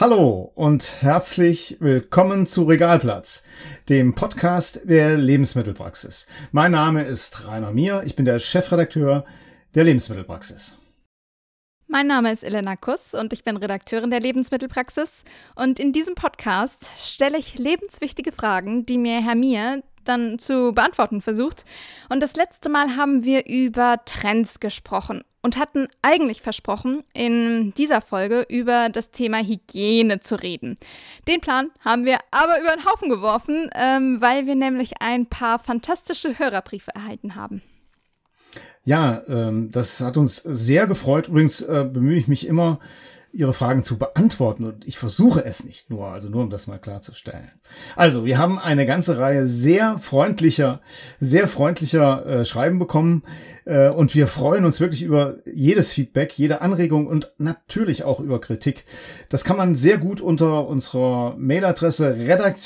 Hallo und herzlich willkommen zu Regalplatz, dem Podcast der Lebensmittelpraxis. Mein Name ist Rainer Mier, ich bin der Chefredakteur der Lebensmittelpraxis. Mein Name ist Elena Kuss und ich bin Redakteurin der Lebensmittelpraxis. Und in diesem Podcast stelle ich lebenswichtige Fragen, die mir Herr Mier dann zu beantworten versucht. Und das letzte Mal haben wir über Trends gesprochen und hatten eigentlich versprochen, in dieser Folge über das Thema Hygiene zu reden. Den Plan haben wir aber über den Haufen geworfen, weil wir nämlich ein paar fantastische Hörerbriefe erhalten haben. Ja, das hat uns sehr gefreut. Übrigens bemühe ich mich immer, Ihre Fragen zu beantworten und ich versuche es nicht nur, um das mal klarzustellen. Also, wir haben eine ganze Reihe sehr freundlicher Schreiben bekommen und wir freuen uns wirklich über jedes Feedback, jede Anregung und natürlich auch über Kritik. Das kann man sehr gut unter unserer Mailadresse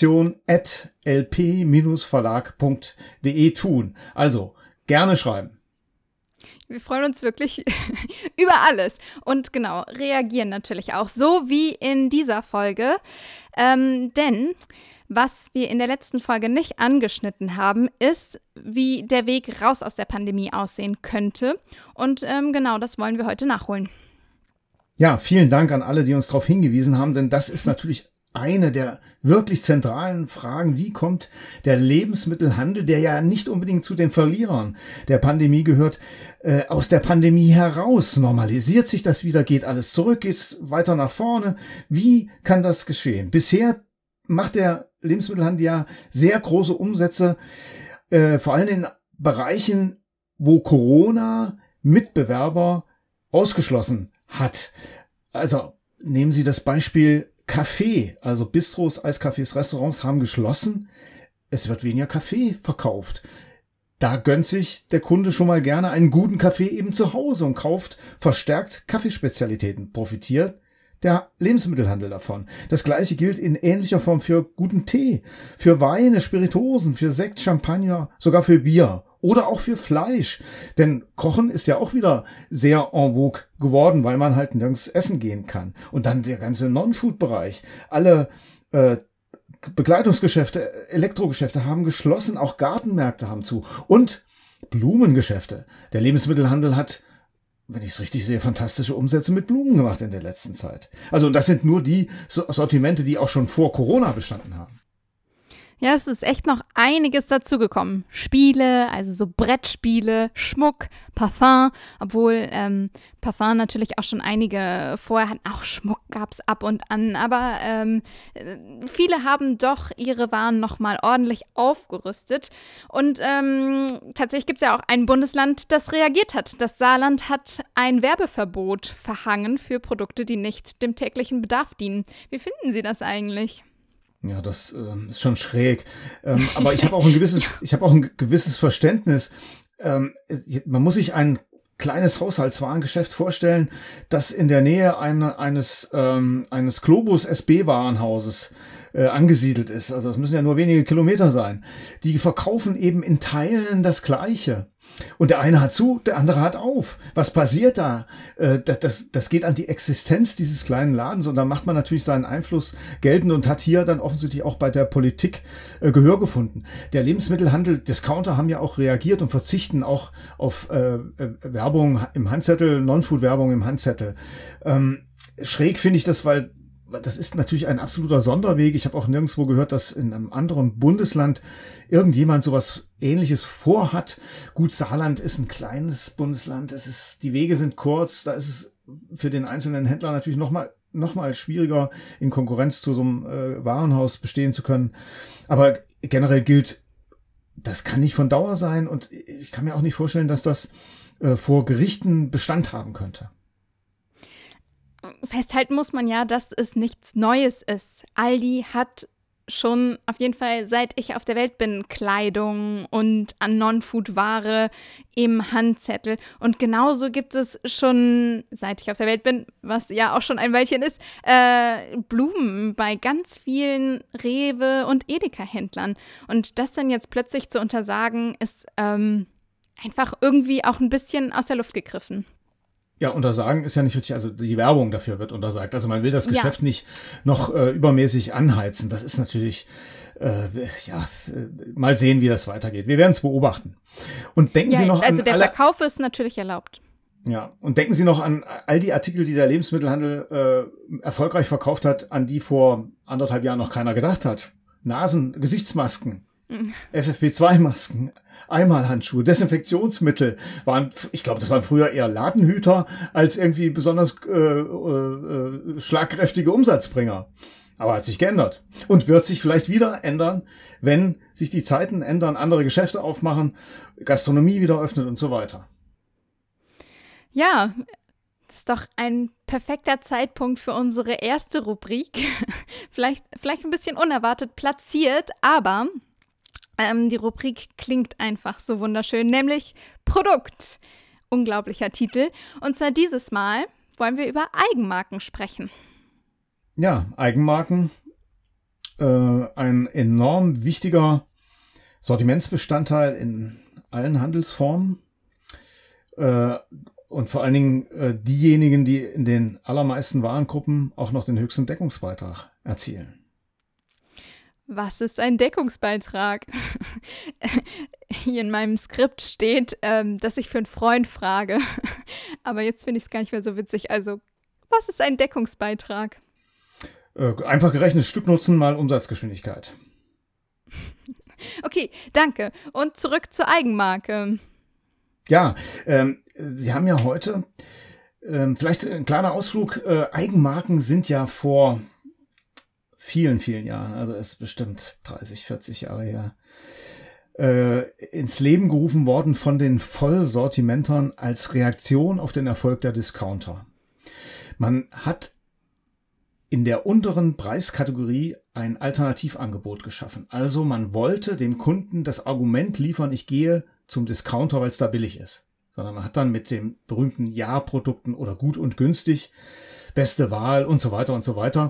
redaktion@lp-verlag.de tun. Also, gerne schreiben. Wir freuen uns wirklich über alles und genau, reagieren natürlich auch, so wie in dieser Folge. Denn was wir in der letzten Folge nicht angeschnitten haben, ist, wie der Weg raus aus der Pandemie aussehen könnte. Und genau, das wollen wir heute nachholen. Ja, vielen Dank an alle, die uns darauf hingewiesen haben, denn das ist natürlich eine der wirklich zentralen Fragen. Wie kommt der Lebensmittelhandel, der ja nicht unbedingt zu den Verlierern der Pandemie gehört, aus der Pandemie heraus? Normalisiert sich das wieder? Geht alles zurück? Geht es weiter nach vorne? Wie kann das geschehen? Bisher macht der Lebensmittelhandel ja sehr große Umsätze, vor allem in Bereichen, wo Corona Mitbewerber ausgeschlossen hat. Also nehmen Sie das Beispiel Kaffee, also Bistros, Eiscafés, Restaurants haben geschlossen. Es wird weniger Kaffee verkauft. Da gönnt sich der Kunde schon mal gerne einen guten Kaffee eben zu Hause und kauft verstärkt Kaffeespezialitäten. Profitiert der Lebensmittelhandel davon. Das Gleiche gilt in ähnlicher Form für guten Tee, für Weine, Spirituosen, für Sekt, Champagner, sogar für Bier. Oder auch für Fleisch. Denn Kochen ist ja auch wieder sehr en vogue geworden, weil man halt nirgends essen gehen kann. Und dann der ganze Non-Food-Bereich. Alle Bekleidungsgeschäfte, Elektrogeschäfte haben geschlossen. Auch Gartenmärkte haben zu. Und Blumengeschäfte. Der Lebensmittelhandel hat, wenn ich es richtig sehe, fantastische Umsätze mit Blumen gemacht in der letzten Zeit. Also und das sind nur die Sortimente, die auch schon vor Corona bestanden haben. Ja, es ist echt noch einiges dazugekommen. Spiele, also so Brettspiele, Schmuck, Parfum, obwohl Parfum natürlich auch schon einige vorher hatten. Auch Schmuck gab es ab und an, aber viele haben doch ihre Waren nochmal ordentlich aufgerüstet. Und tatsächlich gibt es ja auch ein Bundesland, das reagiert hat. Das Saarland hat ein Werbeverbot verhangen für Produkte, die nicht dem täglichen Bedarf dienen. Wie finden Sie das eigentlich? Ja, das ist schon schräg. Aber ich habe auch ein gewisses Verständnis. Man muss sich ein kleines Haushaltswarengeschäft vorstellen, das in der Nähe eines Globus SB-Warenhauses angesiedelt ist. Also das müssen ja nur wenige Kilometer sein. Die verkaufen eben in Teilen das Gleiche. Und der eine hat zu, der andere hat auf. Was passiert da? Das geht an die Existenz dieses kleinen Ladens und da macht man natürlich seinen Einfluss geltend und hat hier dann offensichtlich auch bei der Politik Gehör gefunden. Der Lebensmittelhandel, Discounter haben ja auch reagiert und verzichten auch auf Werbung im Handzettel, Non-Food-Werbung im Handzettel. Schräg finde ich das, weil das ist natürlich ein absoluter Sonderweg. Ich habe auch nirgendwo gehört, dass in einem anderen Bundesland irgendjemand sowas Ähnliches vorhat. Gut, Saarland ist ein kleines Bundesland. Die Wege sind kurz. Da ist es für den einzelnen Händler natürlich noch mal schwieriger, in Konkurrenz zu so einem Warenhaus bestehen zu können. Aber generell gilt, das kann nicht von Dauer sein und ich kann mir auch nicht vorstellen, dass das vor Gerichten Bestand haben könnte. Festhalten muss man ja, dass es nichts Neues ist. Aldi hat schon auf jeden Fall, seit ich auf der Welt bin, Kleidung und an Non-Food-Ware im Handzettel. Und genauso gibt es schon, seit ich auf der Welt bin, was ja auch schon ein Weilchen ist, Blumen bei ganz vielen Rewe- und Edeka-Händlern. Und das dann jetzt plötzlich zu untersagen, ist einfach irgendwie auch ein bisschen aus der Luft gegriffen. Ja, untersagen ist ja nicht richtig, also die Werbung dafür wird untersagt. Also man will das Ja. Geschäft nicht noch übermäßig anheizen. Das ist natürlich, mal sehen, wie das weitergeht. Wir werden es beobachten. Und denken Sie noch also an der alle, Verkauf ist natürlich erlaubt. ja, und denken Sie noch an all die Artikel, die der Lebensmittelhandel erfolgreich verkauft hat, an die vor 1,5 Jahren noch keiner gedacht hat. Gesichtsmasken, FFP2-Masken, Einmalhandschuhe, Desinfektionsmittel ich glaube, das waren früher eher Ladenhüter als irgendwie besonders schlagkräftige Umsatzbringer. Aber hat sich geändert und wird sich vielleicht wieder ändern, wenn sich die Zeiten ändern, andere Geschäfte aufmachen, Gastronomie wieder öffnet und so weiter. Ja, das ist doch ein perfekter Zeitpunkt für unsere erste Rubrik. Vielleicht ein bisschen unerwartet platziert, aber die Rubrik klingt einfach so wunderschön, nämlich Produkt. Unglaublicher Titel. Und zwar dieses Mal wollen wir über Eigenmarken sprechen. Ja, Eigenmarken, ein enorm wichtiger Sortimentsbestandteil in allen Handelsformen. Und vor allen Dingen diejenigen, die in den allermeisten Warengruppen auch noch den höchsten Deckungsbeitrag erzielen. Was ist ein Deckungsbeitrag? Hier in meinem Skript steht, dass ich für einen Freund frage. Aber jetzt finde ich es gar nicht mehr so witzig. Also, was ist ein Deckungsbeitrag? Einfach gerechnet Stücknutzen mal Umsatzgeschwindigkeit. Okay, danke. Und zurück zur Eigenmarke. Ja, Sie haben ja heute, vielleicht ein kleiner Ausflug, Eigenmarken sind ja vor vielen, vielen Jahren, also es ist bestimmt 30, 40 Jahre her, ins Leben gerufen worden von den Vollsortimentern als Reaktion auf den Erfolg der Discounter. Man hat in der unteren Preiskategorie ein Alternativangebot geschaffen. Also man wollte dem Kunden das Argument liefern, ich gehe zum Discounter, weil es da billig ist. Sondern man hat dann mit den berühmten Ja-Produkten oder gut und günstig, beste Wahl und so weiter,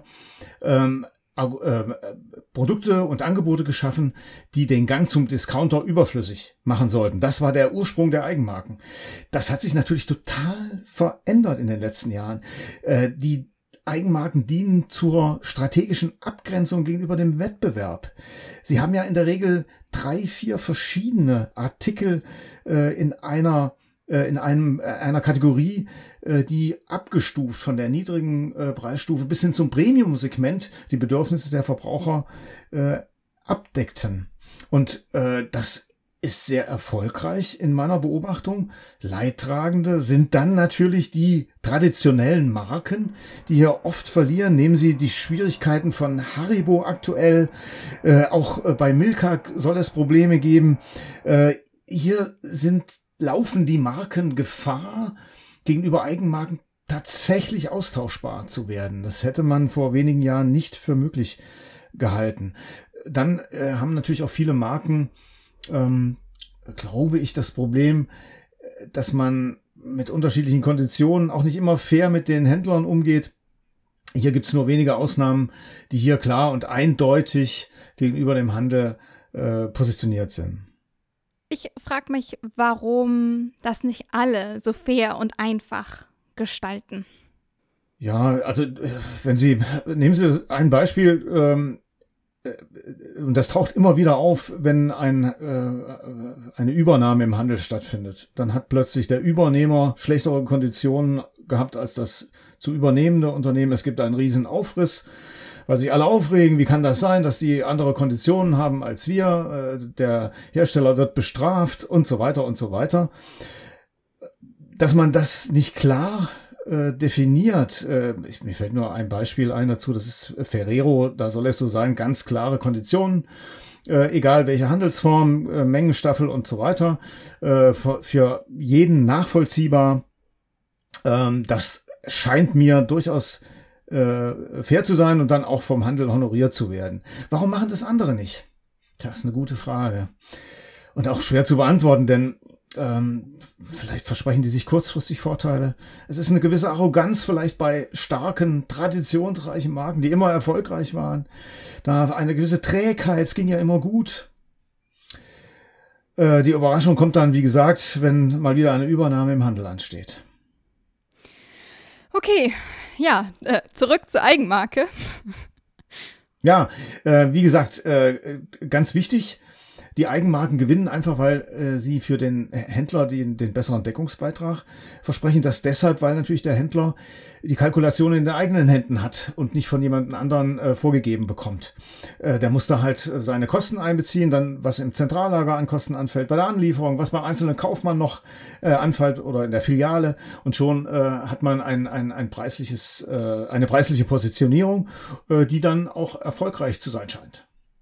Produkte und Angebote geschaffen, die den Gang zum Discounter überflüssig machen sollten. Das war der Ursprung der Eigenmarken. Das hat sich natürlich total verändert in den letzten Jahren. Die Eigenmarken dienen zur strategischen Abgrenzung gegenüber dem Wettbewerb. Sie haben ja in der Regel 3, 4 verschiedene Artikel in einer Kategorie, die abgestuft von der niedrigen Preisstufe bis hin zum Premium-Segment die Bedürfnisse der Verbraucher abdeckten. Und das ist sehr erfolgreich in meiner Beobachtung. Leidtragende sind dann natürlich die traditionellen Marken, die hier oft verlieren. Nehmen Sie die Schwierigkeiten von Haribo aktuell. Auch bei Milka soll es Probleme geben. Hier laufen die Marken Gefahr, gegenüber Eigenmarken tatsächlich austauschbar zu werden. Das hätte man vor wenigen Jahren nicht für möglich gehalten. Dann haben natürlich auch viele Marken, glaube ich, das Problem, dass man mit unterschiedlichen Konditionen auch nicht immer fair mit den Händlern umgeht. Hier gibt es nur wenige Ausnahmen, die hier klar und eindeutig gegenüber dem Handel positioniert sind. Ich frage mich, warum das nicht alle so fair und einfach gestalten. Ja, also nehmen Sie ein Beispiel, und das taucht immer wieder auf, wenn eine Übernahme im Handel stattfindet. Dann hat plötzlich der Übernehmer schlechtere Konditionen gehabt als das zu übernehmende Unternehmen. Es gibt einen riesen Aufriss, weil sich alle aufregen, wie kann das sein, dass die andere Konditionen haben als wir, der Hersteller wird bestraft und so weiter und so weiter. Dass man das nicht klar definiert, mir fällt nur ein Beispiel ein dazu, das ist Ferrero, da soll es so sein, ganz klare Konditionen, egal welche Handelsform, Mengenstaffel und so weiter, für jeden nachvollziehbar. Das scheint mir durchaus fair zu sein und dann auch vom Handel honoriert zu werden. Warum machen das andere nicht? Das ist eine gute Frage. Und auch schwer zu beantworten, denn vielleicht versprechen die sich kurzfristig Vorteile. Es ist eine gewisse Arroganz vielleicht bei starken, traditionsreichen Marken, die immer erfolgreich waren. Da eine gewisse Trägheit, es ging ja immer gut. Die Überraschung kommt dann, wie gesagt, wenn mal wieder eine Übernahme im Handel ansteht. Okay, ja, zurück zur Eigenmarke. Ja, wie gesagt, ganz wichtig, die Eigenmarken gewinnen einfach, weil sie für den Händler den besseren Deckungsbeitrag versprechen. Das deshalb, weil natürlich der Händler die Kalkulation in den eigenen Händen hat und nicht von jemand anderen vorgegeben bekommt. Der muss da halt seine Kosten einbeziehen, dann was im Zentrallager an Kosten anfällt, bei der Anlieferung, was beim einzelnen Kaufmann noch anfällt oder in der Filiale. Und schon hat man eine preisliche Positionierung, die dann auch erfolgreich zu sein scheint.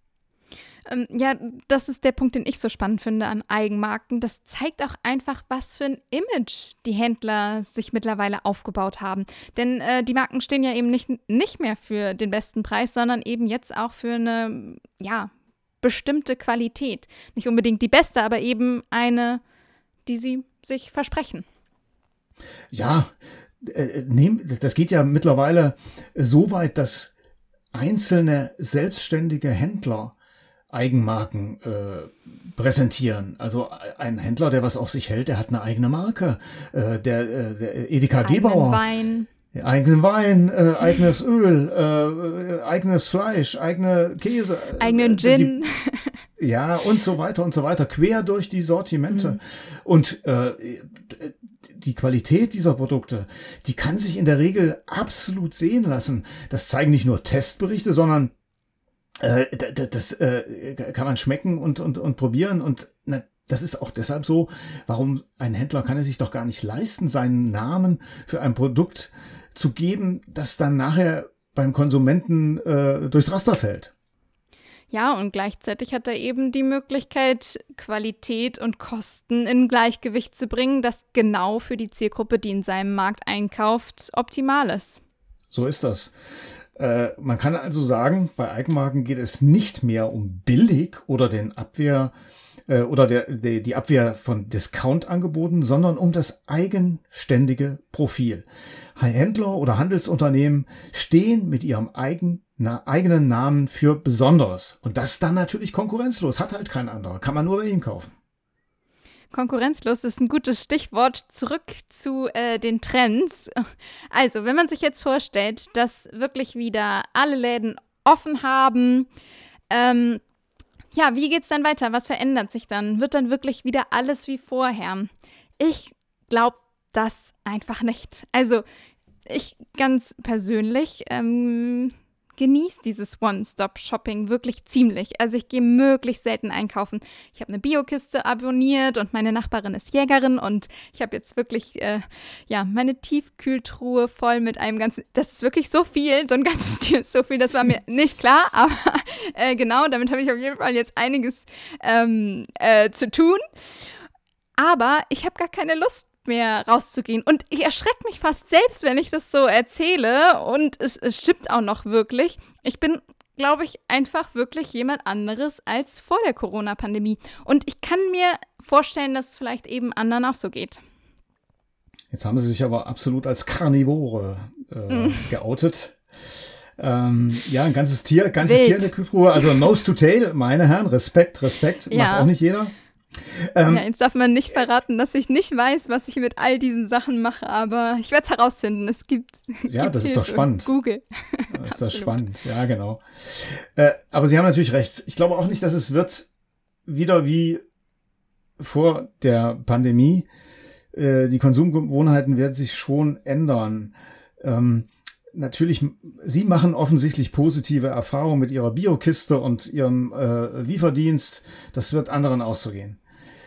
Ja, das ist der Punkt, den ich so spannend finde an Eigenmarken. Das zeigt auch einfach, was für ein Image die Händler sich mittlerweile aufgebaut haben. Denn die Marken stehen ja eben nicht mehr für den besten Preis, sondern eben jetzt auch für eine, ja, bestimmte Qualität. Nicht unbedingt die beste, aber eben eine, die sie sich versprechen. Ja, das geht ja mittlerweile so weit, dass einzelne selbstständige Händler Eigenmarken präsentieren. Also ein Händler, der was auf sich hält, der hat eine eigene Marke. Der Edeka Gebauer. Eigenen Wein, eigenes Öl, eigenes Fleisch, eigene Käse. Eigenen Gin. Ja, und so weiter, quer durch die Sortimente. Mhm. Und die Qualität dieser Produkte, die kann sich in der Regel absolut sehen lassen. Das zeigen nicht nur Testberichte, sondern das kann man schmecken und probieren. Und das ist auch deshalb so, warum ein Händler kann es sich doch gar nicht leisten, seinen Namen für ein Produkt zu geben, das dann nachher beim Konsumenten durchs Raster fällt. Ja, und gleichzeitig hat er eben die Möglichkeit, Qualität und Kosten in Gleichgewicht zu bringen, das genau für die Zielgruppe, die in seinem Markt einkauft, optimal ist. So ist das. Man kann also sagen, bei Eigenmarken geht es nicht mehr um billig oder die Abwehr von Discount-Angeboten, sondern um das eigenständige Profil. Händler oder Handelsunternehmen stehen mit ihrem eigenen Namen für Besonderes. Und das dann natürlich konkurrenzlos, hat halt kein anderer, kann man nur bei ihm kaufen. Konkurrenzlos ist ein gutes Stichwort. Zurück zu den Trends. Also, wenn man sich jetzt vorstellt, dass wirklich wieder alle Läden offen haben, ja, wie geht's dann weiter? Was verändert sich dann? Wird dann wirklich wieder alles wie vorher? Ich glaube das einfach nicht. Also, ich ganz persönlich genieße dieses One-Stop-Shopping wirklich ziemlich. Also ich gehe möglichst selten einkaufen. Ich habe eine Biokiste abonniert und meine Nachbarin ist Jägerin und ich habe jetzt wirklich meine Tiefkühltruhe voll mit einem ganzen, das ist wirklich so viel, so ein ganzes Tier ist so viel, das war mir nicht klar, aber genau, damit habe ich auf jeden Fall jetzt einiges zu tun. Aber ich habe gar keine Lust mehr rauszugehen. Und ich erschrecke mich fast selbst, wenn ich das so erzähle. Und es stimmt auch noch wirklich. Ich bin, glaube ich, einfach wirklich jemand anderes als vor der Corona-Pandemie. Und ich kann mir vorstellen, dass es vielleicht eben anderen auch so geht. Jetzt haben Sie sich aber absolut als Karnivore geoutet. Ein ganzes Tier in der Kühltruhe. Also Nose to Tail, meine Herren, Respekt, ja. Macht auch nicht jeder. Jetzt darf man nicht verraten, dass ich nicht weiß, was ich mit all diesen Sachen mache, aber ich werde es herausfinden. Es gibt das ist doch spannend. Google. Das ist doch spannend, ja, genau. Aber Sie haben natürlich recht. Ich glaube auch nicht, dass es wird wieder wie vor der Pandemie. Die Konsumgewohnheiten werden sich schon ändern. Natürlich, Sie machen offensichtlich positive Erfahrungen mit Ihrer Biokiste und Ihrem Lieferdienst. Das wird anderen auch so gehen.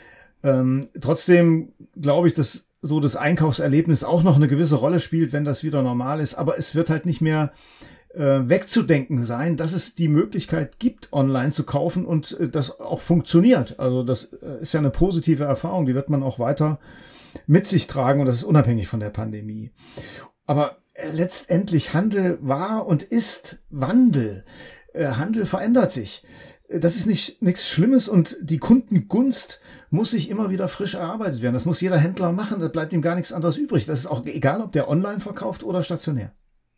Trotzdem glaube ich, dass so das Einkaufserlebnis auch noch eine gewisse Rolle spielt, wenn das wieder normal ist. Aber es wird halt nicht mehr wegzudenken sein, dass es die Möglichkeit gibt, online zu kaufen und das auch funktioniert. Also das ist ja eine positive Erfahrung, die wird man auch weiter mit sich tragen und das ist unabhängig von der Pandemie. Aber letztendlich Handel war und ist Wandel. Handel verändert sich. Das ist nichts Schlimmes und die Kundengunst muss sich immer wieder frisch erarbeitet werden. Das muss jeder Händler machen, da bleibt ihm gar nichts anderes übrig. Das ist auch egal, ob der online verkauft oder stationär.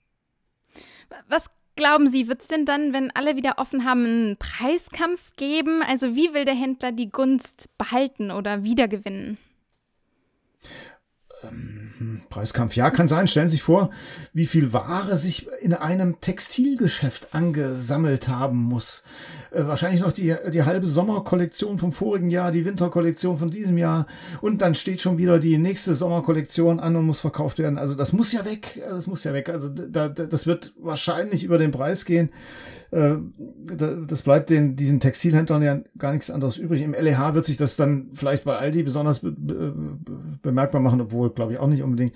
Was glauben Sie, wird es denn dann, wenn alle wieder offen haben, einen Preiskampf geben? Also wie will der Händler die Gunst behalten oder wiedergewinnen? Preiskampf, ja, kann sein. Stellen Sie sich vor, wie viel Ware sich in einem Textilgeschäft angesammelt haben muss. Wahrscheinlich noch die halbe Sommerkollektion vom vorigen Jahr, die Winterkollektion von diesem Jahr. Und dann steht schon wieder die nächste Sommerkollektion an und muss verkauft werden. Also das muss ja weg. Also das wird wahrscheinlich über den Preis gehen. Das bleibt diesen Textilhändlern ja gar nichts anderes übrig. Im LEH wird sich das dann vielleicht bei Aldi besonders bemerkbar machen, obwohl, glaube ich, auch nicht unbedingt.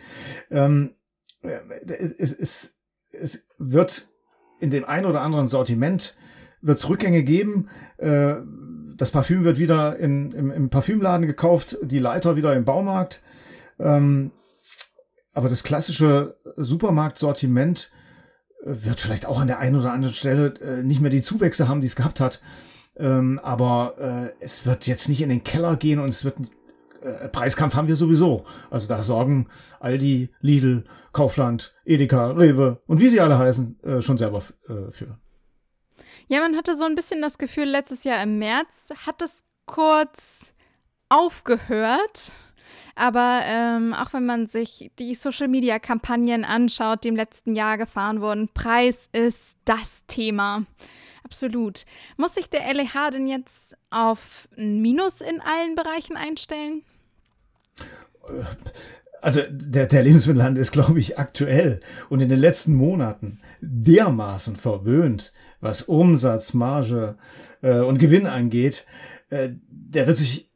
Es wird in dem ein oder anderen Sortiment wird's Rückgänge geben. Das Parfüm wird wieder im Parfümladen gekauft, die Leiter wieder im Baumarkt. Aber das klassische Supermarktsortiment wird vielleicht auch an der einen oder anderen Stelle nicht mehr die Zuwächse haben, die es gehabt hat. Aber es wird jetzt nicht in den Keller gehen und es wird Preiskampf haben wir sowieso. Also da sorgen Aldi, Lidl, Kaufland, Edeka, Rewe und wie sie alle heißen, schon selber für. Ja, man hatte so ein bisschen das Gefühl, letztes Jahr im März hat es kurz aufgehört. Aber auch wenn man sich die Social-Media-Kampagnen anschaut, die im letzten Jahr gefahren wurden, Preis ist das Thema. Absolut. Muss sich der LEH denn jetzt auf ein Minus in allen Bereichen einstellen? Also der Lebensmittelhandel ist, glaube ich, aktuell und in den letzten Monaten dermaßen verwöhnt, was Umsatz, Marge und Gewinn angeht. Der wird sich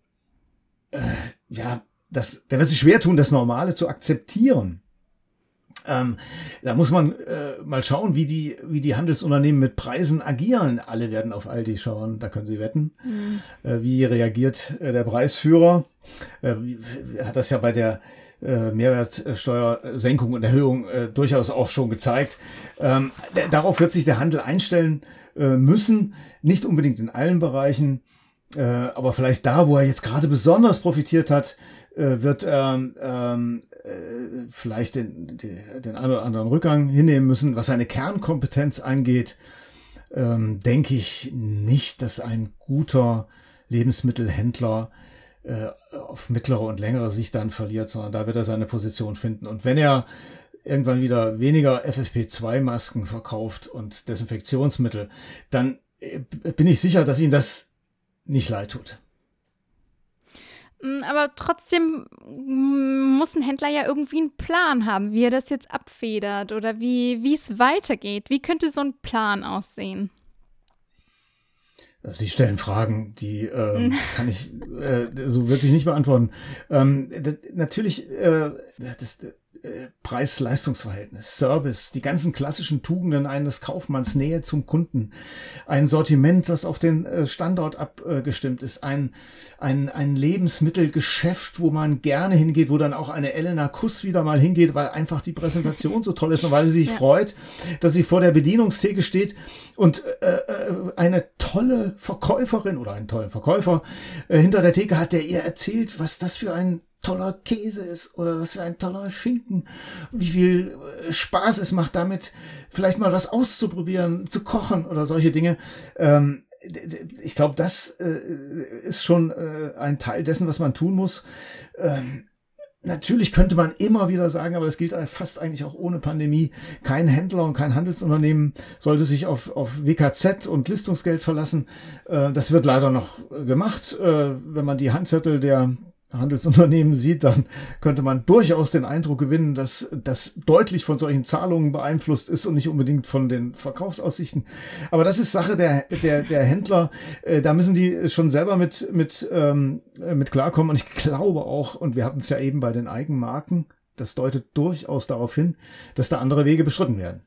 der wird sich schwer tun, das Normale zu akzeptieren. Da muss man mal schauen, wie die Handelsunternehmen mit Preisen agieren. Alle werden auf Aldi schauen, da können Sie wetten. Wie reagiert der Preisführer? Hat das ja bei der Mehrwertsteuersenkung und Erhöhung durchaus auch schon gezeigt. Darauf wird sich der Handel einstellen müssen, nicht unbedingt in allen Bereichen, aber vielleicht da, wo er jetzt gerade besonders profitiert hat, wird vielleicht den einen oder anderen Rückgang hinnehmen müssen. Was seine Kernkompetenz angeht, denke ich nicht, dass ein guter Lebensmittelhändler auf mittlere und längere Sicht dann verliert, sondern da wird er seine Position finden. Und wenn er irgendwann wieder weniger FFP2-Masken verkauft und Desinfektionsmittel, dann bin ich sicher, dass ihm das nicht leid tut. Aber trotzdem muss ein Händler ja irgendwie einen Plan haben, wie er das jetzt abfedert oder wie es weitergeht. Wie könnte so ein Plan aussehen? Sie stellen Fragen, die kann ich so wirklich nicht beantworten. Natürlich das Preis-Leistungs-Verhältnis, Service, die ganzen klassischen Tugenden eines Kaufmanns, Nähe zum Kunden, ein Sortiment, das auf den Standort abgestimmt ist, ein Lebensmittelgeschäft, wo man gerne hingeht, wo dann auch eine Elena Kuss wieder mal hingeht, weil einfach die Präsentation so toll ist und weil sie sich freut, dass sie vor der Bedienungstheke steht und eine tolle Verkäuferin oder einen tollen Verkäufer hinter der Theke hat, der ihr erzählt, was das für ein toller Käse ist oder was für ein toller Schinken, wie viel Spaß es macht, damit vielleicht mal was auszuprobieren, zu kochen oder solche Dinge. Ich glaube, das ist schon ein Teil dessen, was man tun muss. Natürlich könnte man immer wieder sagen, aber das gilt fast eigentlich auch ohne Pandemie, kein Händler und kein Handelsunternehmen sollte sich auf WKZ und Listungsgeld verlassen. Das wird leider noch gemacht. Wenn man die Handzettel der Handelsunternehmen sieht, dann könnte man durchaus den Eindruck gewinnen, dass das deutlich von solchen Zahlungen beeinflusst ist und nicht unbedingt von den Verkaufsaussichten. Aber das ist Sache der Händler. Da müssen die schon selber mit klarkommen. Und ich glaube auch, und wir hatten es ja eben bei den Eigenmarken, das deutet durchaus darauf hin, dass da andere Wege beschritten werden.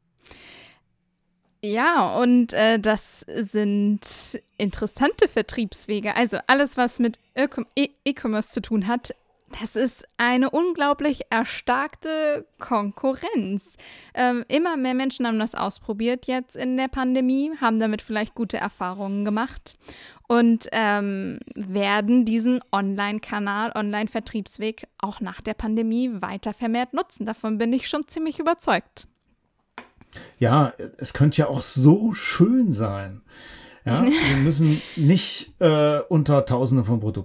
Ja, und das sind interessante Vertriebswege. Also alles, was mit E-Commerce zu tun hat, das ist eine unglaublich erstarkte Konkurrenz. Immer mehr Menschen haben das ausprobiert jetzt in der Pandemie, haben damit vielleicht gute Erfahrungen gemacht und werden diesen Online-Kanal, Online-Vertriebsweg auch nach der Pandemie weiter vermehrt nutzen. Davon bin ich schon ziemlich überzeugt. Ja, es könnte ja auch so schön sein. Ja, wir müssen nicht unter Tausende von Produkten wählen.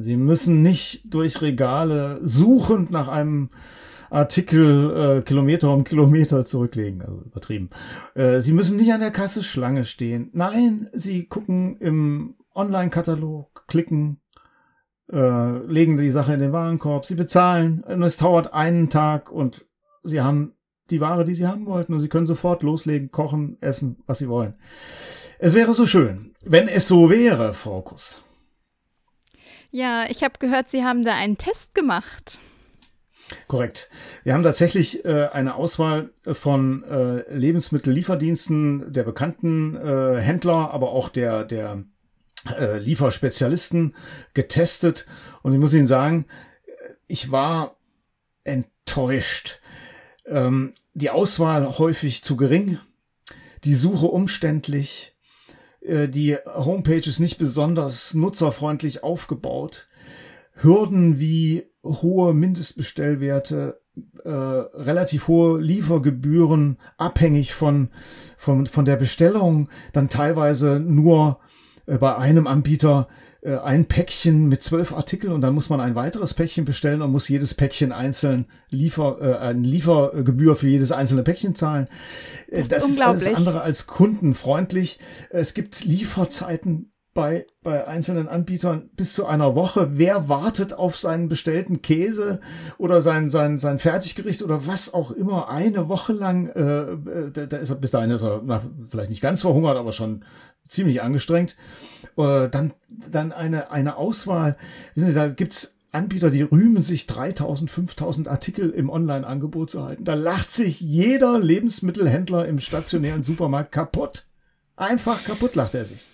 sein. Sie müssen nicht durch Regale suchend nach einem Artikel Kilometer um Kilometer zurücklegen, also übertrieben. Sie müssen nicht an der Kasse Schlange stehen. Nein, Sie gucken im Online-Katalog, klicken, legen die Sache in den Warenkorb, Sie bezahlen und es dauert einen Tag und Sie haben die Ware, die Sie haben wollten und Sie können sofort loslegen, kochen, essen, was Sie wollen. Es wäre so schön, wenn es so wäre, Frau Kuss. Ja, ich habe gehört, Sie haben da einen Test gemacht. Korrekt. Wir haben tatsächlich eine Auswahl von Lebensmittellieferdiensten der bekannten Händler, aber auch der Lieferspezialisten getestet. Und ich muss Ihnen sagen, ich war enttäuscht. Die Auswahl häufig zu gering, die Suche umständlich, die Homepage ist nicht besonders nutzerfreundlich aufgebaut. Hürden wie hohe Mindestbestellwerte, relativ hohe Liefergebühren, abhängig von der Bestellung, dann teilweise nur bei einem Anbieter ein Päckchen mit 12 Artikeln und dann muss man ein weiteres Päckchen bestellen und muss jedes Päckchen einzeln eine Liefergebühr für jedes einzelne Päckchen zahlen. Das ist alles andere als kundenfreundlich. Es gibt Lieferzeiten bei einzelnen Anbietern bis zu einer Woche. Wer wartet auf seinen bestellten Käse oder sein Fertiggericht oder was auch immer eine Woche lang? Bis dahin ist er vielleicht nicht ganz verhungert, aber schon ziemlich angestrengt. Dann eine Auswahl. Wissen Sie, da gibt's Anbieter, die rühmen sich 3.000, 5.000 Artikel im Online-Angebot zu halten. Da lacht sich jeder Lebensmittelhändler im stationären Supermarkt kaputt. Einfach kaputt lacht er sich.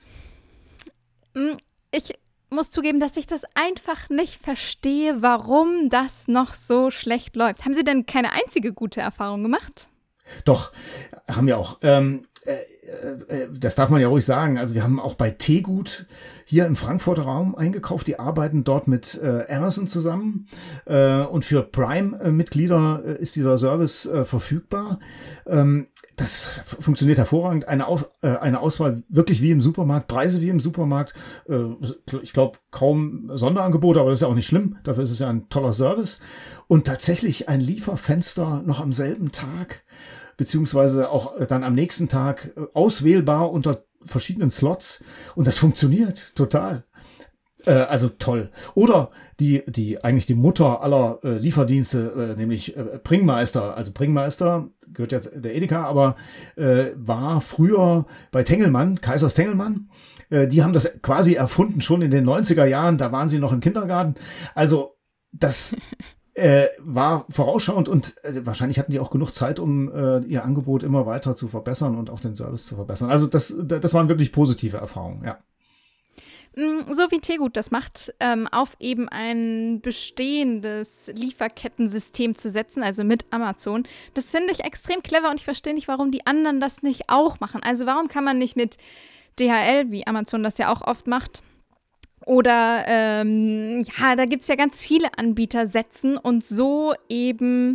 Ich muss zugeben, dass ich das einfach nicht verstehe, warum das noch so schlecht läuft. Haben Sie denn keine einzige gute Erfahrung gemacht? Doch, haben wir auch. Das darf man ja ruhig sagen. Also wir haben auch bei Teegut hier im Frankfurter Raum eingekauft. Die arbeiten dort mit Amazon zusammen. Und für Prime-Mitglieder ist dieser Service verfügbar. Das funktioniert hervorragend. Eine Auswahl wirklich wie im Supermarkt, Preise wie im Supermarkt. Ich glaube, kaum Sonderangebote, aber das ist ja auch nicht schlimm. Dafür ist es ja ein toller Service. Und tatsächlich ein Lieferfenster noch am selben Tag, beziehungsweise auch dann am nächsten Tag auswählbar unter verschiedenen Slots. Und das funktioniert total. Also toll. Oder eigentlich die Mutter aller Lieferdienste, nämlich Bringmeister. Also Bringmeister gehört ja der Edeka, aber war früher bei Tengelmann, Kaisers Tengelmann. Die haben das quasi erfunden schon in den 90er Jahren. Da waren sie noch im Kindergarten. Also das war vorausschauend und wahrscheinlich hatten die auch genug Zeit, um ihr Angebot immer weiter zu verbessern und auch den Service zu verbessern. Also das waren wirklich positive Erfahrungen, ja. So wie Teegut das macht, auf eben ein bestehendes Lieferkettensystem zu setzen, also mit Amazon. Das finde ich extrem clever und ich verstehe nicht, warum die anderen das nicht auch machen. Also warum kann man nicht mit DHL, wie Amazon das ja auch oft macht, oder da gibt es ja ganz viele Anbieter setzen und so eben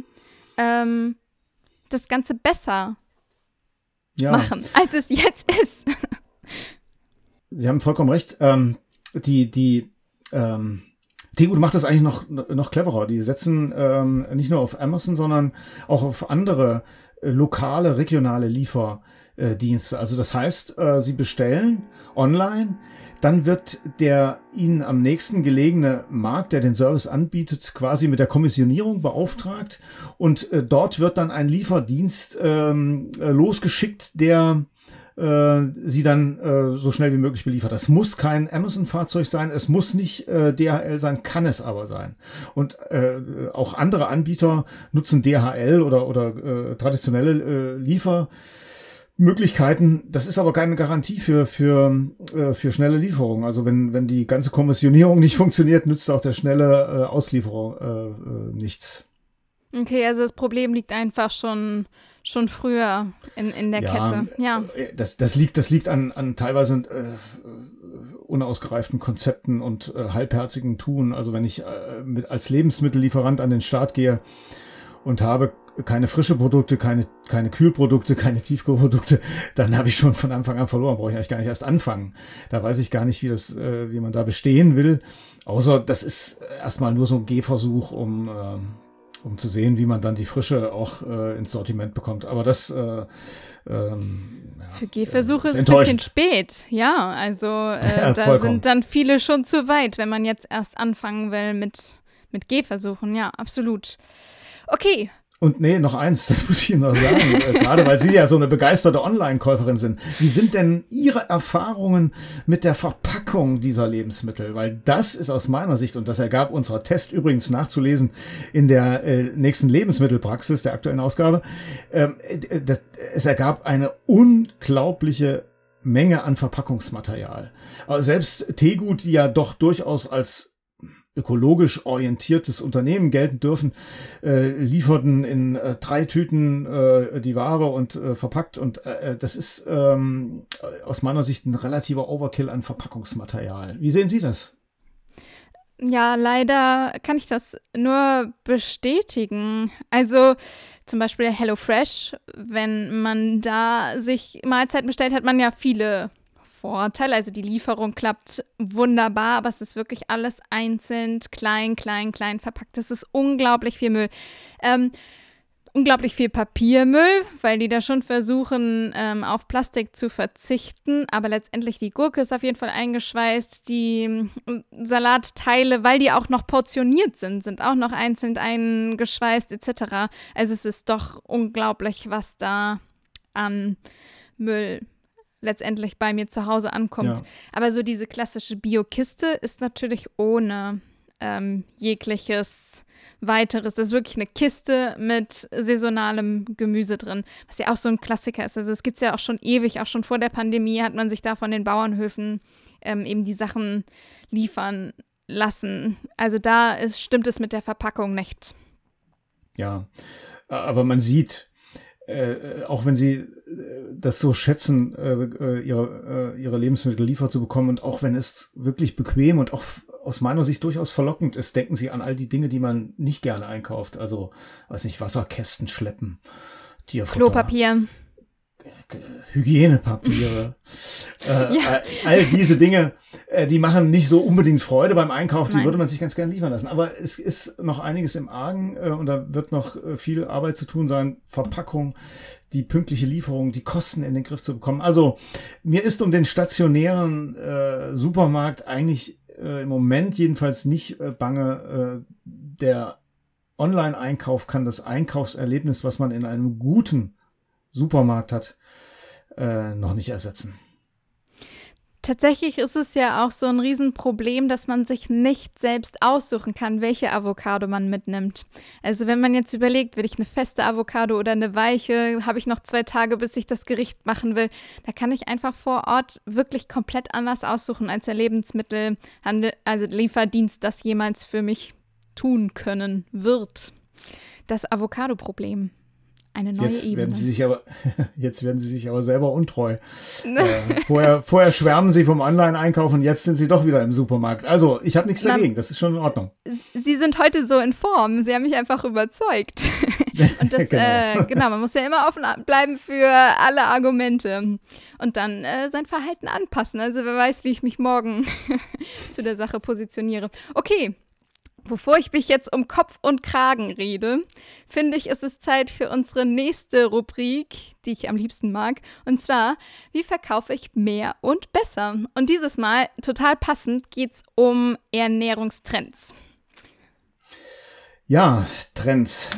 das Ganze besser machen, als es jetzt ist. Sie haben vollkommen recht. Teegut macht das eigentlich noch cleverer. Die setzen nicht nur auf Amazon, sondern auch auf andere lokale, regionale Lieferdienste. Also das heißt, Sie bestellen online, dann wird der Ihnen am nächsten gelegene Markt, der den Service anbietet, quasi mit der Kommissionierung beauftragt und dort wird dann ein Lieferdienst losgeschickt, der sie dann so schnell wie möglich beliefert. Das muss kein Amazon-Fahrzeug sein, es muss nicht DHL sein, kann es aber sein. Und auch andere Anbieter nutzen DHL oder traditionelle Liefermöglichkeiten. Das ist aber keine Garantie für schnelle Lieferung. Also wenn die ganze Kommissionierung nicht funktioniert, nützt auch der schnelle Auslieferer nichts. Okay, also das Problem liegt einfach schon früher in der Kette. Ja. Das liegt an teilweise unausgereiften Konzepten und halbherzigen Tun. Also wenn ich als Lebensmittellieferant an den Start gehe und habe keine frische Produkte, keine Kühlprodukte, keine Tiefkühlprodukte, dann habe ich schon von Anfang an verloren, brauche ich eigentlich gar nicht erst anfangen. Da weiß ich gar nicht, wie man da bestehen will, außer das ist erstmal nur so ein Gehversuch, um zu sehen, wie man dann die Frische auch ins Sortiment bekommt. Aber das für Gehversuche ist ein bisschen spät. Ja, also da sind dann viele schon zu weit, wenn man jetzt erst anfangen will mit Gehversuchen. Ja, absolut. Okay. Und nee, noch eins, das muss ich Ihnen noch sagen, gerade weil Sie ja so eine begeisterte Online-Käuferin sind. Wie sind denn Ihre Erfahrungen mit der Verpackung dieser Lebensmittel? Weil das ist aus meiner Sicht, und das ergab unser Test übrigens nachzulesen in der nächsten Lebensmittelpraxis, der aktuellen Ausgabe, es ergab eine unglaubliche Menge an Verpackungsmaterial. Aber selbst Tegut, die ja doch durchaus als ökologisch orientiertes Unternehmen gelten dürfen, lieferten in 3 Tüten die Ware und verpackt. Und das ist aus meiner Sicht ein relativer Overkill an Verpackungsmaterial. Wie sehen Sie das? Ja, leider kann ich das nur bestätigen. Also zum Beispiel HelloFresh, wenn man da sich Mahlzeiten bestellt, hat man ja viele Vorteile. Also die Lieferung klappt wunderbar, aber es ist wirklich alles einzeln, klein verpackt. Das ist unglaublich viel Müll. Unglaublich viel Papiermüll, weil die da schon versuchen, auf Plastik zu verzichten. Aber letztendlich die Gurke ist auf jeden Fall eingeschweißt. Die Salatteile, weil die auch noch portioniert sind auch noch einzeln eingeschweißt etc. Also es ist doch unglaublich, was da an Müll letztendlich bei mir zu Hause ankommt. Ja. Aber so diese klassische Bio-Kiste ist natürlich ohne jegliches weiteres. Das ist wirklich eine Kiste mit saisonalem Gemüse drin, was ja auch so ein Klassiker ist. Also es gibt es ja auch schon ewig, auch schon vor der Pandemie hat man sich da von den Bauernhöfen eben die Sachen liefern lassen. Also da stimmt es mit der Verpackung nicht. Ja, aber man sieht, auch wenn Sie das so schätzen, ihre Lebensmittel liefert zu bekommen und auch wenn es wirklich bequem und auch aus meiner Sicht durchaus verlockend ist, denken Sie an all die Dinge, die man nicht gerne einkauft. Also, weiß nicht, Wasserkästen schleppen, Tierfutter, Klopapier, Hygienepapiere, all diese Dinge, die machen nicht so unbedingt Freude beim Einkauf, die würde man sich ganz gerne liefern lassen. Aber es ist noch einiges im Argen und da wird noch viel Arbeit zu tun sein. Verpackung, die pünktliche Lieferung, die Kosten in den Griff zu bekommen. Also mir ist um den stationären Supermarkt eigentlich im Moment jedenfalls nicht bange. Der Online-Einkauf kann das Einkaufserlebnis, was man in einem guten Supermarkt hat, noch nicht ersetzen. Tatsächlich ist es ja auch so ein Riesenproblem, dass man sich nicht selbst aussuchen kann, welche Avocado man mitnimmt. Also wenn man jetzt überlegt, will ich eine feste Avocado oder eine weiche, habe ich noch 2 Tage, bis ich das Gericht machen will, da kann ich einfach vor Ort wirklich komplett anders aussuchen, als der Lebensmittelhandel, also Lieferdienst das jemals für mich tun können wird. Das Avocado-Problem. Eine neue Ebene. Jetzt werden Sie sich aber selber untreu. Vorher schwärmen Sie vom Online-Einkauf und jetzt sind Sie doch wieder im Supermarkt. Also, ich habe nichts dagegen. Das ist schon in Ordnung. Sie sind heute so in Form. Sie haben mich einfach überzeugt. Und das, genau, man muss ja immer offen bleiben für alle Argumente. Und dann sein Verhalten anpassen. Also, wer weiß, wie ich mich morgen zu der Sache positioniere. Okay. Bevor ich mich jetzt um Kopf und Kragen rede, finde ich, ist es Zeit für unsere nächste Rubrik, die ich am liebsten mag. Und zwar, wie verkaufe ich mehr und besser? Und dieses Mal, total passend, geht es um Ernährungstrends. Ja, Trends.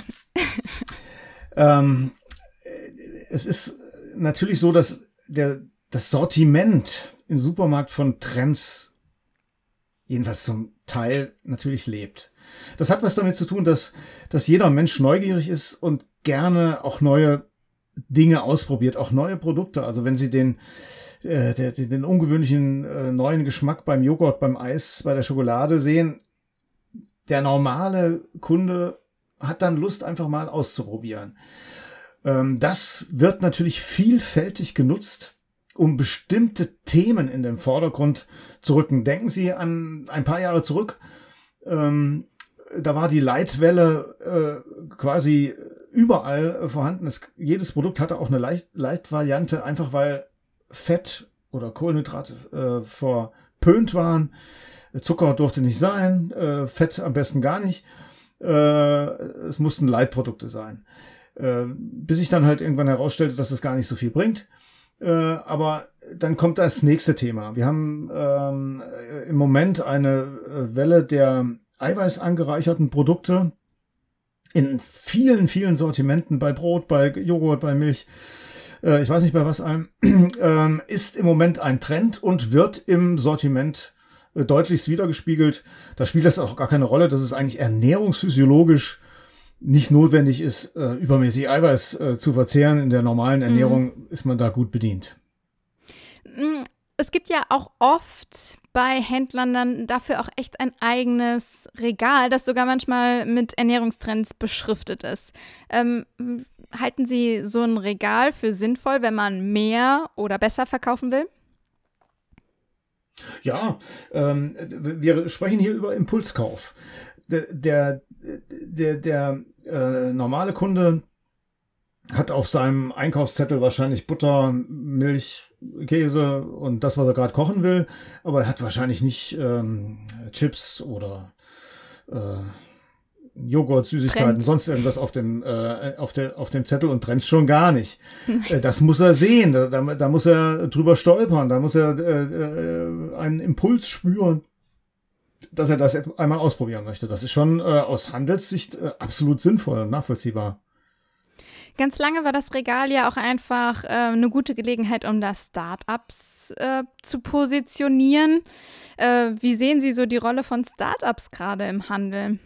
Es ist natürlich so, dass das Sortiment im Supermarkt von Trends jedenfalls zum Teil natürlich lebt. Das hat was damit zu tun, dass jeder Mensch neugierig ist und gerne auch neue Dinge ausprobiert, auch neue Produkte. Also wenn Sie den ungewöhnlichen neuen Geschmack beim Joghurt, beim Eis, bei der Schokolade sehen, der normale Kunde hat dann Lust, einfach mal auszuprobieren. Das wird natürlich vielfältig genutzt, um bestimmte Themen in den Vordergrund zu rücken. Denken Sie an ein paar Jahre zurück. Da war die Leitwelle quasi überall vorhanden ist. Jedes Produkt hatte auch eine Leichtvariante, einfach weil Fett oder Kohlenhydrate verpönt waren. Zucker durfte nicht sein, Fett am besten gar nicht. Es mussten Leitprodukte sein. Bis sich dann halt irgendwann herausstellte, dass es gar nicht so viel bringt. Aber dann kommt das nächste Thema. Wir haben im Moment eine Welle der eiweißangereicherten Produkte in vielen, vielen Sortimenten, bei Brot, bei Joghurt, bei Milch, ich weiß nicht bei was allem, ist im Moment ein Trend und wird im Sortiment deutlichst wiedergespiegelt. Da spielt das auch gar keine Rolle, dass es eigentlich ernährungsphysiologisch nicht notwendig ist, übermäßig Eiweiß zu verzehren. In der normalen Ernährung ist man da gut bedient. Es gibt ja auch oft bei Händlern dann dafür auch echt ein eigenes Regal, das sogar manchmal mit Ernährungstrends beschriftet ist. Halten Sie so ein Regal für sinnvoll, wenn man mehr oder besser verkaufen will? Ja, wir sprechen hier über Impulskauf. Der normale Kunde hat auf seinem Einkaufszettel wahrscheinlich Butter, Milch, Käse und das, was er gerade kochen will, aber er hat wahrscheinlich nicht Chips oder Joghurt, Süßigkeiten, Trend. sonst irgendwas auf dem Zettel und Trends schon gar nicht. Das muss er sehen, da muss er drüber stolpern, da muss er einen Impuls spüren, dass er das einmal ausprobieren möchte. Das ist schon aus Handelssicht absolut sinnvoll und nachvollziehbar. Ganz lange war das Regal ja auch einfach eine gute Gelegenheit, um da Startups zu positionieren. Wie sehen Sie so die Rolle von Startups gerade im Handel?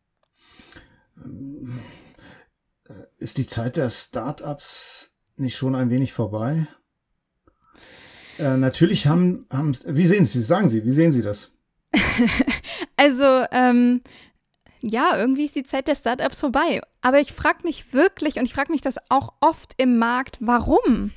Ist die Zeit der Startups nicht schon ein wenig vorbei? Natürlich wie sehen Sie, sagen Sie, wie sehen Sie das? Also, ja, irgendwie ist die Zeit der Startups vorbei. Aber ich frage mich wirklich, und ich frage mich das auch oft im Markt, warum?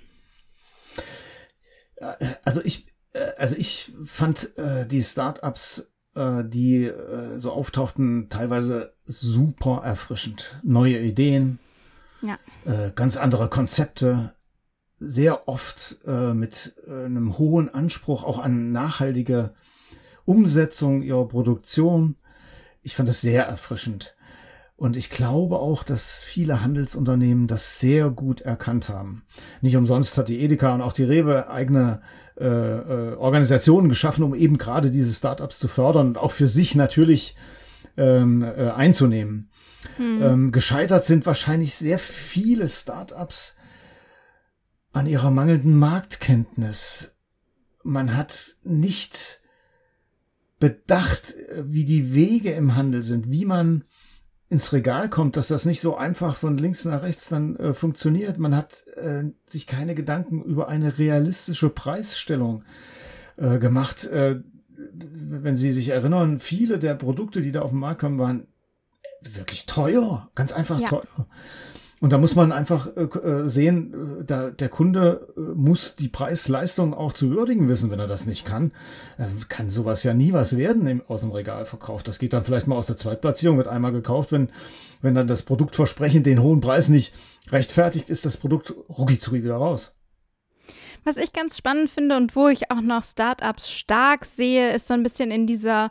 Also ich fand die Startups, die so auftauchten, teilweise super erfrischend. Neue Ideen, Ja. ganz andere Konzepte, sehr oft mit einem hohen Anspruch auch an nachhaltige Umsetzung ihrer Produktion. Ich fand das sehr erfrischend. Und ich glaube auch, dass viele Handelsunternehmen das sehr gut erkannt haben. Nicht umsonst hat die Edeka und auch die Rewe eigene Organisationen geschaffen, um eben gerade diese Startups zu fördern und auch für sich natürlich einzunehmen. Gescheitert sind wahrscheinlich sehr viele Startups an ihrer mangelnden Marktkenntnis. Man hat nicht bedacht, wie die Wege im Handel sind, wie man ins Regal kommt, dass das nicht so einfach von links nach rechts dann funktioniert. Man hat sich keine Gedanken über eine realistische Preisstellung gemacht. Wenn Sie sich erinnern, viele der Produkte, die da auf den Markt kommen, waren wirklich teuer, ganz einfach teuer. Und da muss man einfach sehen, der Kunde muss die Preis-Leistung auch zu würdigen wissen. Wenn er das nicht kann, kann sowas ja nie was werden aus dem Regalverkauf. Das geht dann vielleicht mal aus der Zweitplatzierung, wird einmal gekauft. Wenn dann das Produktversprechen den hohen Preis nicht rechtfertigt, ist das Produkt rucki-zucki wieder raus. Was ich ganz spannend finde und wo ich auch noch Startups stark sehe, ist so ein bisschen in dieser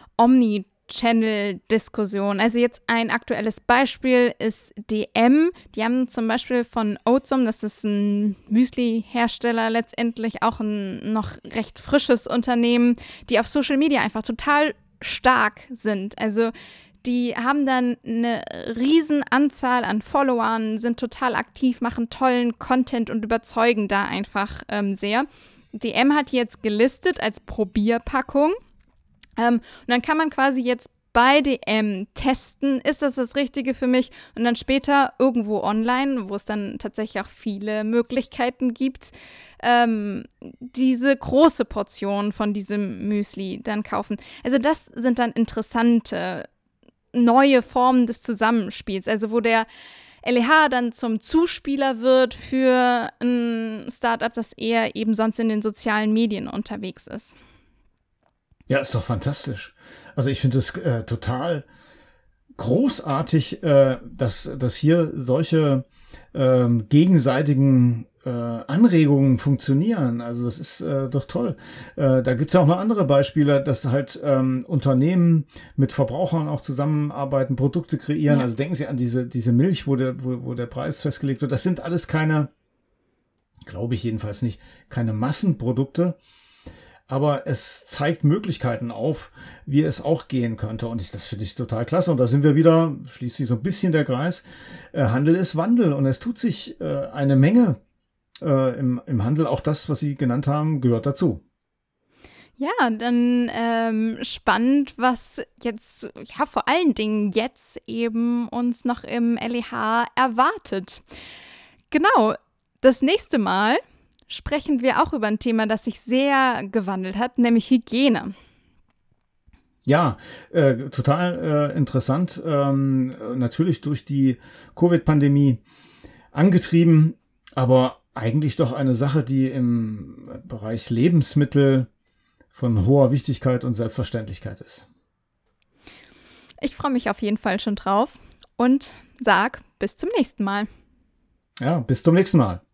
Omni-Channel-Diskussion. Also jetzt ein aktuelles Beispiel ist DM. Die haben zum Beispiel von Oatsum, das ist ein Müsli-Hersteller, letztendlich auch ein noch recht frisches Unternehmen, die auf Social Media einfach total stark sind. Also die haben dann eine riesen Anzahl an Followern, sind total aktiv, machen tollen Content und überzeugen da einfach sehr. DM hat jetzt gelistet als Probierpackung. Und dann kann man quasi jetzt bei DM testen, ist das das Richtige für mich? Und dann später irgendwo online, wo es dann tatsächlich auch viele Möglichkeiten gibt, diese große Portion von diesem Müsli dann kaufen. Also das sind dann interessante neue Formen des Zusammenspiels. Also wo der LEH dann zum Zuspieler wird für ein Startup, das eher eben sonst in den sozialen Medien unterwegs ist. Ja, ist doch fantastisch. Also ich finde es total großartig, dass hier solche gegenseitigen Anregungen funktionieren. Also das ist doch toll. Da gibt's ja auch noch andere Beispiele, dass halt Unternehmen mit Verbrauchern auch zusammenarbeiten, Produkte kreieren. Ja. Also denken Sie an diese Milch, wo der Preis festgelegt wird. Das sind alles keine, glaube ich jedenfalls nicht, keine Massenprodukte. Aber es zeigt Möglichkeiten auf, wie es auch gehen könnte. Und das finde ich total klasse. Und da sind wir wieder, schließt sich so ein bisschen der Kreis. Handel ist Wandel. Und es tut sich eine Menge im Handel. Auch das, was Sie genannt haben, gehört dazu. Ja, dann spannend, was jetzt, ja, vor allen Dingen jetzt eben uns noch im LEH erwartet. Genau, das nächste Mal sprechen wir auch über ein Thema, das sich sehr gewandelt hat, nämlich Hygiene. Ja, total interessant. Natürlich durch die Covid-Pandemie angetrieben, aber eigentlich doch eine Sache, die im Bereich Lebensmittel von hoher Wichtigkeit und Selbstverständlichkeit ist. Ich freue mich auf jeden Fall schon drauf und sag bis zum nächsten Mal. Ja, bis zum nächsten Mal.